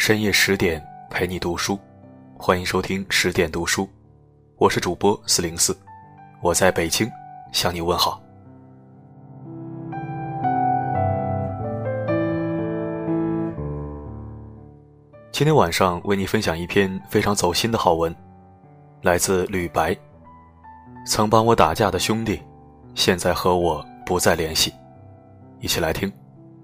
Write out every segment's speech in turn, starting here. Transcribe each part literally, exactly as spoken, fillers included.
深夜十点陪你读书，欢迎收听十点读书，我是主播四零四，我在北京向你问好。今天晚上为你分享一篇非常走心的好文，来自吕白。曾帮我打架的兄弟，现在和我不再联系。一起来听。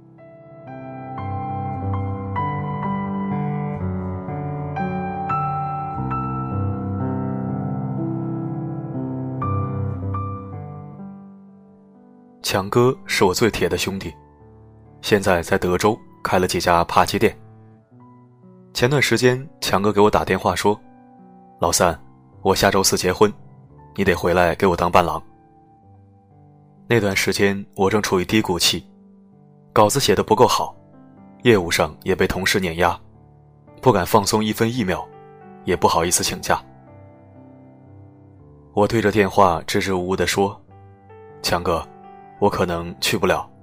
强哥是我最铁的兄弟，现在在德州开了几家扒鸡店。前段时间强哥给我打电话说，老三，我下周四结婚，你得回来给我当伴郎。那段时间我正处于低谷期，稿子写得不够好，业务上也被同事碾压，不敢放松一分一秒，也不好意思请假。我对着电话支支吾吾地说，强哥，我可能去不了。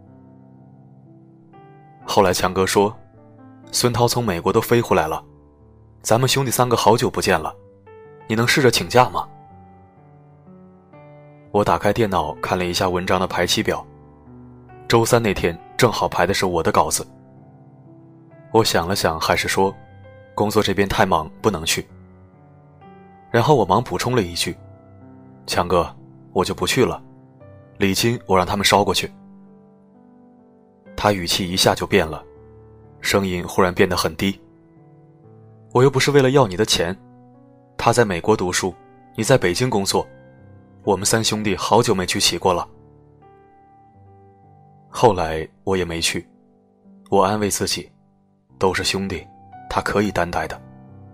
后来强哥说，孙涛从美国都飞回来了，咱们兄弟三个好久不见了，你能试着请假吗？我打开电脑看了一下文章的排期表，周三那天正好排的是我的稿子。我想了想，还是说工作这边太忙不能去。然后我忙补充了一句，强哥，我就不去了，礼金我让他们捎过去。他语气一下就变了，声音忽然变得很低。我又不是为了要你的钱，他在美国读书，你在北京工作，我们三兄弟好久没聚齐过了。后来我也没去，我安慰自己，都是兄弟，他可以担待的。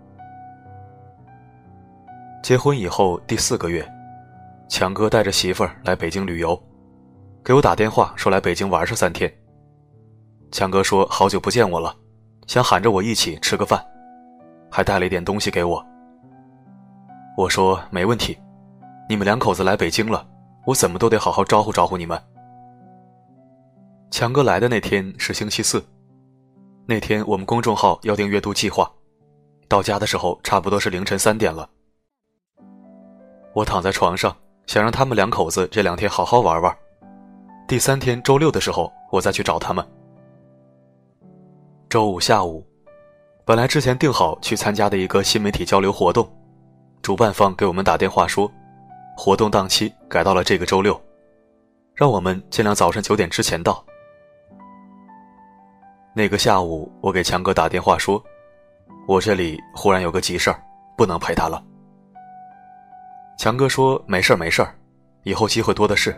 结婚以后第四个月，强哥带着媳妇儿来北京旅游，给我打电话说来北京玩上三天。强哥说好久不见我了，想喊着我一起吃个饭，还带了一点东西给我。我说没问题，你们两口子来北京了，我怎么都得好好招呼招呼你们。强哥来的那天是星期四，那天我们公众号要订阅读计划，到家的时候差不多是凌晨三点了。我躺在床上，想让他们两口子这两天好好玩玩，第三天周六的时候我再去找他们。周五下午，本来之前定好去参加的一个新媒体交流活动，主办方给我们打电话说，活动档期改到了这个周六，让我们尽量早晨九点之前到。那个下午我给强哥打电话说，我这里忽然有个急事儿，不能陪他了。强哥说没事儿没事儿，以后机会多的是。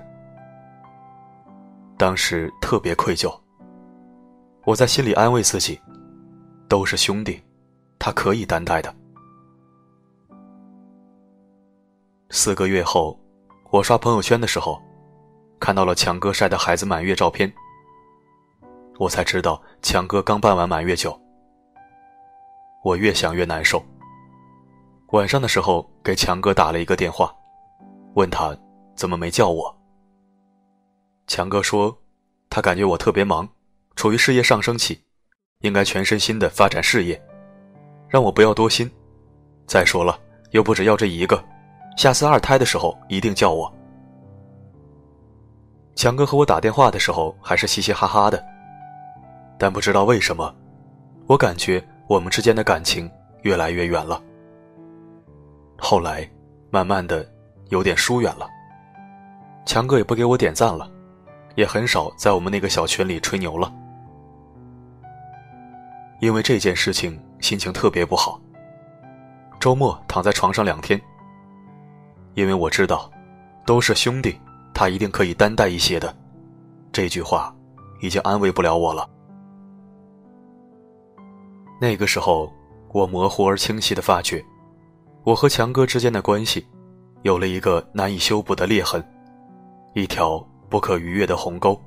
当时特别愧疚，我在心里安慰自己，都是兄弟，他可以担待的。四个月后，我刷朋友圈的时候，看到了强哥晒的孩子满月照片，我才知道强哥刚办完满月酒。我越想越难受，晚上的时候给强哥打了一个电话，问他怎么没叫我。强哥说，他感觉我特别忙，处于事业上升期，应该全身心地发展事业，让我不要多心。再说了，又不只要这一个，下次二胎的时候一定叫我。强哥和我打电话的时候还是嘻嘻哈哈的，但不知道为什么，我感觉我们之间的感情越来越远了。后来慢慢的有点疏远了，强哥也不给我点赞了，也很少在我们那个小群里吹牛了。因为这件事情心情特别不好，周末躺在床上两天。因为我知道都是兄弟，他一定可以担待一些的，这句话已经安慰不了我了。那个时候我模糊而清晰地发觉，我和强哥之间的关系有了一个难以修补的裂痕，一条不可逾越的鸿沟。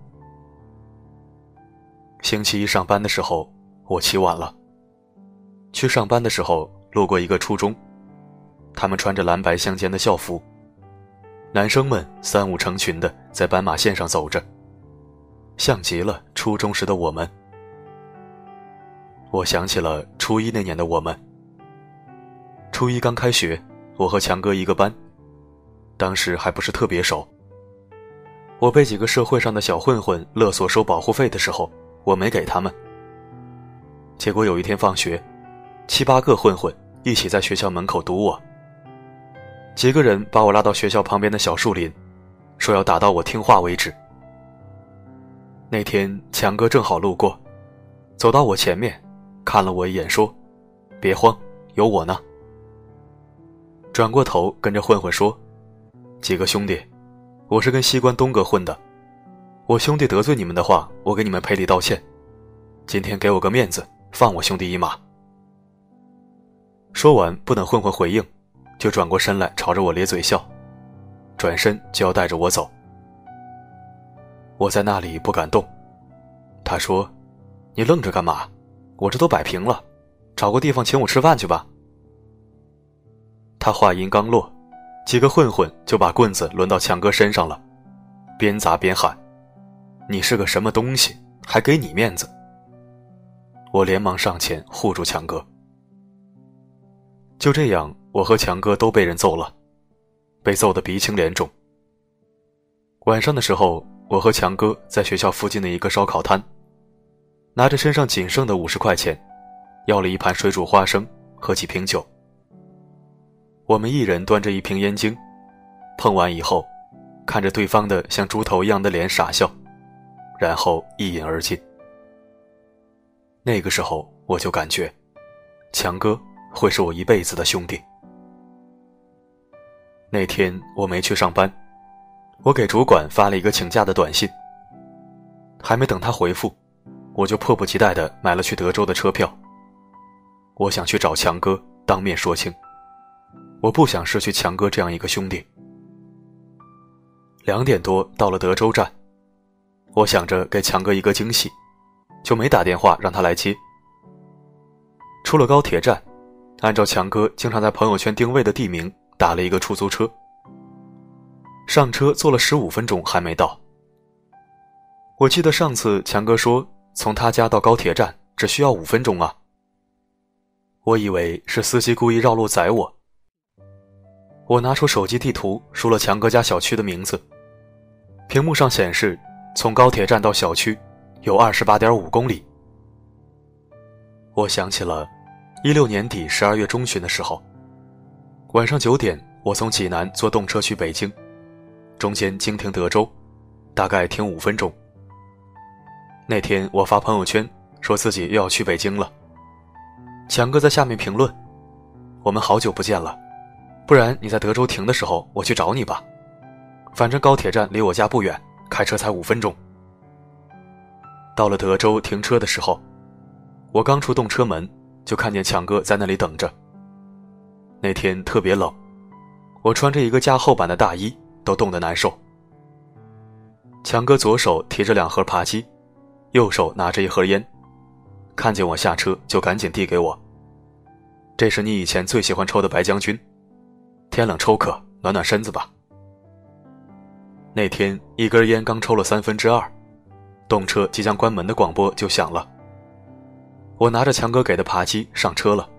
星期一上班的时候我起晚了，去上班的时候路过一个初中，他们穿着蓝白相间的校服，男生们三五成群的在斑马线上走着，像极了初中时的我们。 我想起了初一那年的我们。初一刚开学，我和强哥一个班，当时还不是特别熟。我被几个社会上的小混混勒索收保护费的时候，我没给他们。结果有一天放学，七八个混混一起在学校门口堵我。几个人把我拉到学校旁边的小树林，说要打到我听话为止。那天强哥正好路过，走到我前面，看了我一眼说：“别慌，有我呢。”转过头跟着混混说：“几个兄弟，我是跟西关东哥混的，我兄弟得罪你们的话，我给你们赔礼道歉，今天给我个面子，放我兄弟一马。”说完不等混混回应，就转过身来朝着我咧嘴笑，转身就要带着我走。我在那里不敢动。他说：“你愣着干嘛？我这都摆平了，找个地方请我吃饭去吧。”他话音刚落，几个混混就把棍子抡到强哥身上了，边砸边喊：“你是个什么东西，还给你面子？”我连忙上前护住强哥。就这样，我和强哥都被人揍了，被揍得鼻青脸肿。晚上的时候，我和强哥在学校附近的一个烧烤摊，拿着身上仅剩的五十块钱，要了一盘水煮花生和几瓶酒。我们一人端着一瓶烟精，碰完以后，看着对方的像猪头一样的脸傻笑，然后一饮而尽。那个时候我就感觉，强哥会是我一辈子的兄弟。那天我没去上班，我给主管发了一个请假的短信，还没等他回复，我就迫不及待地买了去德州的车票。我想去找强哥当面说清，我不想失去强哥这样一个兄弟。两点多到了德州站，我想着给强哥一个惊喜，就没打电话让他来接。出了高铁站，按照强哥经常在朋友圈定位的地名打了一个出租车，上车坐了十五分钟还没到。我记得上次强哥说从他家到高铁站只需要五分钟啊，我以为是司机故意绕路载我。我拿出手机地图输了强哥家小区的名字，屏幕上显示从高铁站到小区有 二十八点五公里。我想起了一六年底十二月中旬的时候，晚上九点我从济南坐动车去北京，中间经停德州，大概停五分钟。那天我发朋友圈说自己又要去北京了，强哥在下面评论：“我们好久不见了，不然你在德州停的时候我去找你吧，反正高铁站离我家不远，开车才五分钟。”到了德州停车的时候，我刚出动车门就看见强哥在那里等着。那天特别冷，我穿着一个加厚版的大衣都冻得难受。强哥左手提着两盒扒鸡，右手拿着一盒烟，看见我下车就赶紧递给我：“这是你以前最喜欢抽的白将军，天冷抽克，暖暖身子吧。”那天一根烟刚抽了三分之二，动车即将关门的广播就响了。我拿着强哥给的扒鸡上车了。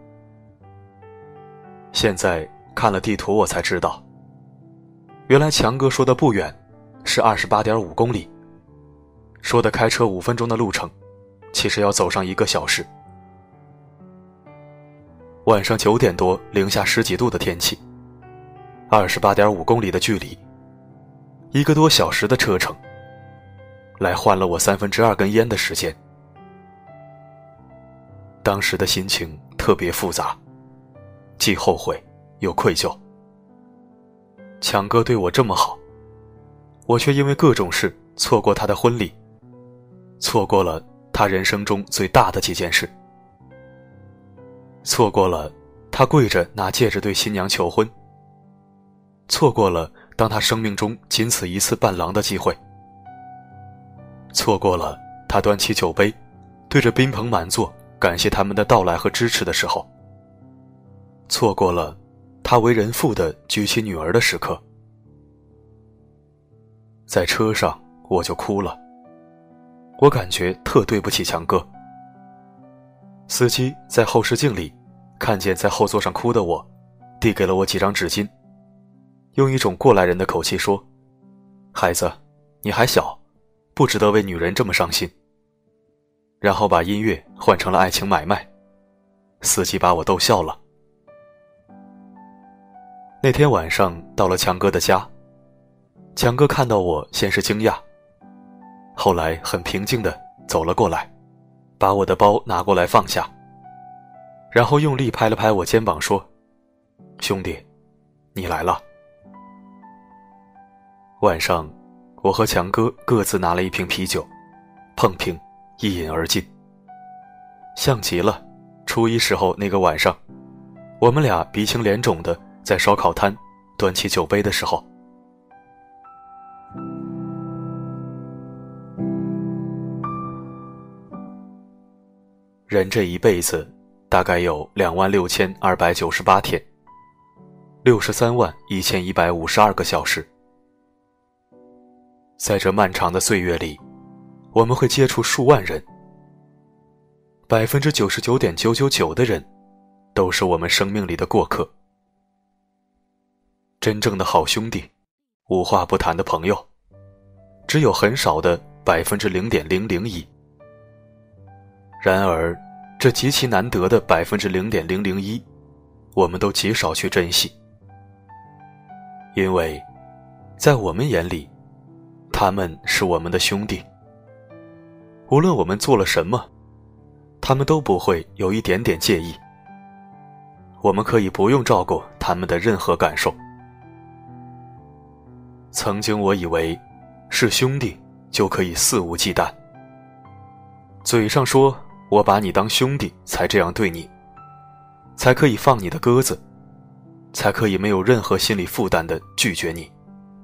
现在看了地图我才知道，原来强哥说的不远是 二十八点五公里，说的开车五分钟的路程，其实要走上一个小时。晚上九点多，零下十几度的天气， 二十八点五公里的距离，一个多小时的车程，来换了我三分之二根烟的时间。当时的心情特别复杂，既后悔又愧疚。强哥对我这么好，我却因为各种事错过他的婚礼，错过了他人生中最大的几件事，错过了他跪着拿戒指对新娘求婚，错过了当他生命中仅此一次伴郎的机会，错过了他端起酒杯对着宾朋满座感谢他们的到来和支持的时候，错过了他为人父的举起女儿的时刻。在车上我就哭了，我感觉特对不起强哥。 司机在后视镜里看见在后座上哭的我，递给了我几张纸巾，用一种过来人的口气说：孩子，你还小，不值得为女人这么伤心。然后把音乐换成了爱情买卖，司机把我逗笑了。那天晚上到了强哥的家，强哥看到我先是惊讶，后来很平静地走了过来，把我的包拿过来放下，然后用力拍了拍我肩膀说：兄弟，你来了。晚上我和强哥各自拿了一瓶啤酒，碰瓶一饮而尽，像极了初一时候那个晚上，我们俩鼻青脸肿的在烧烤摊端起酒杯的时候。人这一辈子大概有两万六千二百九十八天，六十三万一千一百五十二个小时。在这漫长的岁月里，我们会接触数万人，百分之九十九点九九九的人都是我们生命里的过客。真正的好兄弟，无话不谈的朋友，只有很少的百分之零点零零一。然而，这极其难得的百分之零点零零一，我们都极少去珍惜，因为，在我们眼里，他们是我们的兄弟。无论我们做了什么，他们都不会有一点点介意。我们可以不用照顾他们的任何感受。曾经我以为，是兄弟就可以肆无忌惮，嘴上说我把你当兄弟才这样对你，才可以放你的鸽子，才可以没有任何心理负担地拒绝你。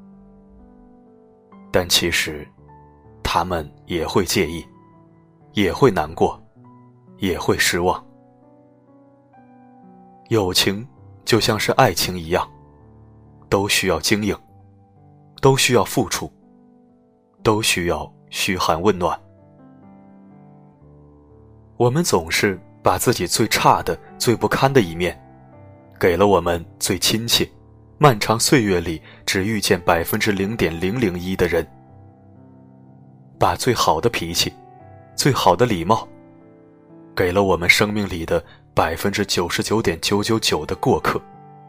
但其实，他们也会介意，也会难过，也会失望。友情就像是爱情一样，都需要经营，都需要付出，都需要嘘寒问暖。我们总是把自己最差的、最不堪的一面，给了我们最亲切、漫长岁月里只遇见百分之零点零零一的人，把最好的脾气、最好的礼貌，给了我们生命里的百分之九十九点九九九的过客。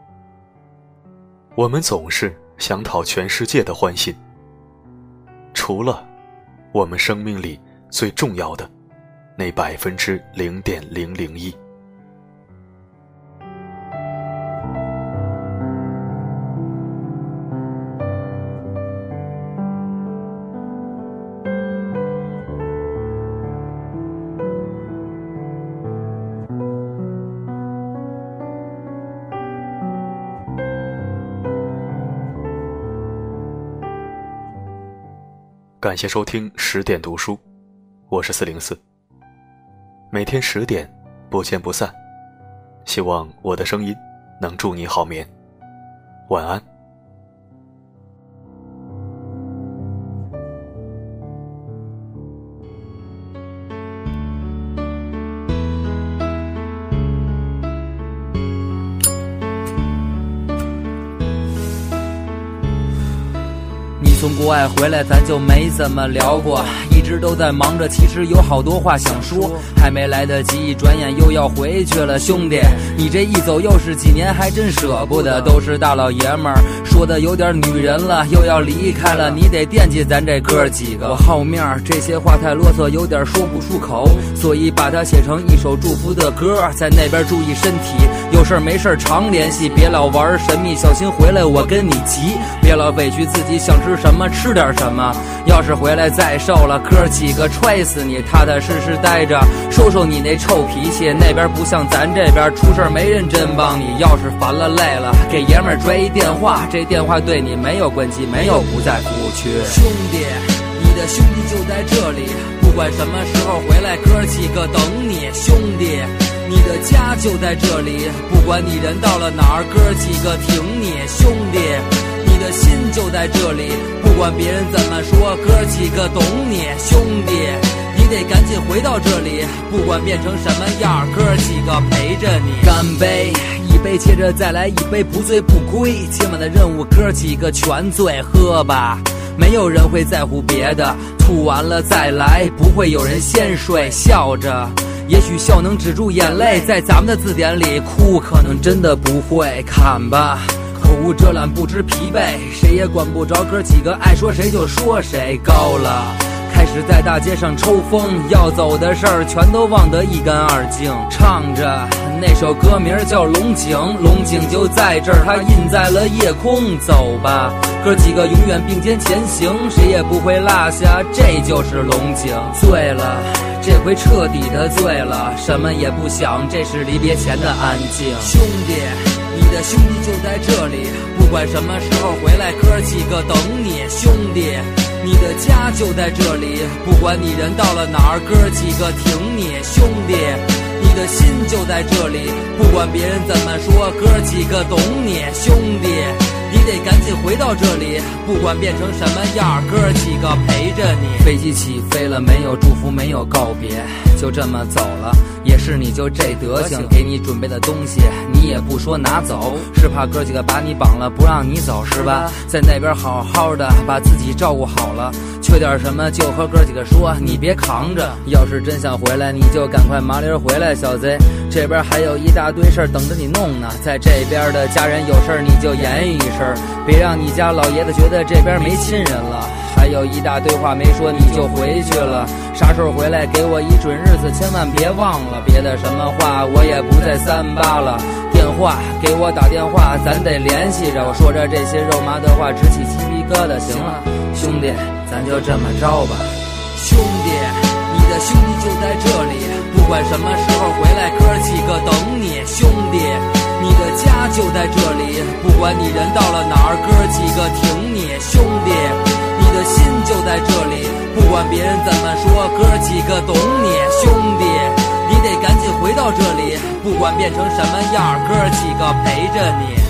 我们总是想讨全世界的欢心，除了我们生命里最重要的那百分之零点零零一。感谢收听十点读书，我是四零四。每天十点不见不散，希望我的声音能助你好眠，晚安。 从国外回来咱就没怎么聊过，一直都在忙着，其实有好多话想说，还没来得及，一转眼又要回去了。兄弟，你这一走又是几年，还真舍不得。都是大老爷们儿，说的有点女人了，又要离开了，你得惦记咱这哥几个。我好面儿，这些话太啰嗦，有点说不出口，所以把它写成一首祝福的歌。在那边注意身体，有事没事常联系，别老玩神秘，小心回来我跟你急。别老委屈自己，想吃什么吃点什么，要是回来再瘦了，哥几个踹死你。踏踏实实待着，收收你那臭脾气，那边不像咱这边，出事没人真帮你。要是烦了累了，给爷们儿拽一电话，这电话对你没有关机，没有不在服务区。兄弟，你的兄弟就在这里，不管什么时候回来，哥几个等你。兄弟，你的家就在这里，不管你人到了哪儿，哥几个挺你。兄弟，你的心就在这里，不管别人怎么说，哥几个懂你，兄弟你得赶紧回到这里，不管变成什么样，哥几个陪着你。干杯，一杯接着再来一杯，不醉不归，今晚的任务哥几个全醉，喝吧，没有人会在乎别的，吐完了再来，不会有人先睡，笑着也许笑能止住眼泪，在咱们的字典里，哭可能真的不会。看吧，口无遮拦不知疲惫，谁也管不着哥几个爱说谁就说谁。高了开始在大街上抽风，要走的事儿全都忘得一干二净。唱着那首歌名叫龙井，龙井就在这儿，它印在了夜空。走吧，哥几个永远并肩前行，谁也不会落下，这就是龙井。醉了，这回彻底的醉了，什么也不想，这是离别前的安静。兄弟，你的兄弟就在这里，不管什么时候回来，哥几个等你。兄弟，你的家就在这里，不管你人到了哪儿，哥几个挺你。兄弟，你的心就在这里，不管别人怎么说，哥几个懂你。兄弟，你得赶紧回到这里，不管变成什么样，哥几个陪着你。飞机起飞了，没有祝福，没有告别，就这么走了，也是你就这德行，给你准备的东西你也不说拿走，是怕哥几个把你绑了不让你走是吧？在那边好好的把自己照顾好了，缺点什么就和哥几个说，你别扛着，要是真想回来你就赶快麻利儿回来，小贼，这边还有一大堆事儿等着你弄呢，在这边的家人有事儿你就言语一声，别让你家老爷子觉得这边没亲人了，还有一大堆话没说你就回去了，啥时候回来给我一准日子，千万别忘了，别的什么话我也不再三八了，电话给我打电话，咱得联系着，我说着这些肉麻的话直起鸡皮疙瘩，行了兄弟，咱就这么着吧。兄弟，你的兄弟就在这里，不管什么时候回来，哥几个等你。兄弟，你的家就在这里，不管你人到了哪儿，哥几个挺你。兄弟，你的心就在这里，不管别人怎么说，哥几个懂你。兄弟，你得赶紧回到这里，不管变成什么样，哥几个陪着你。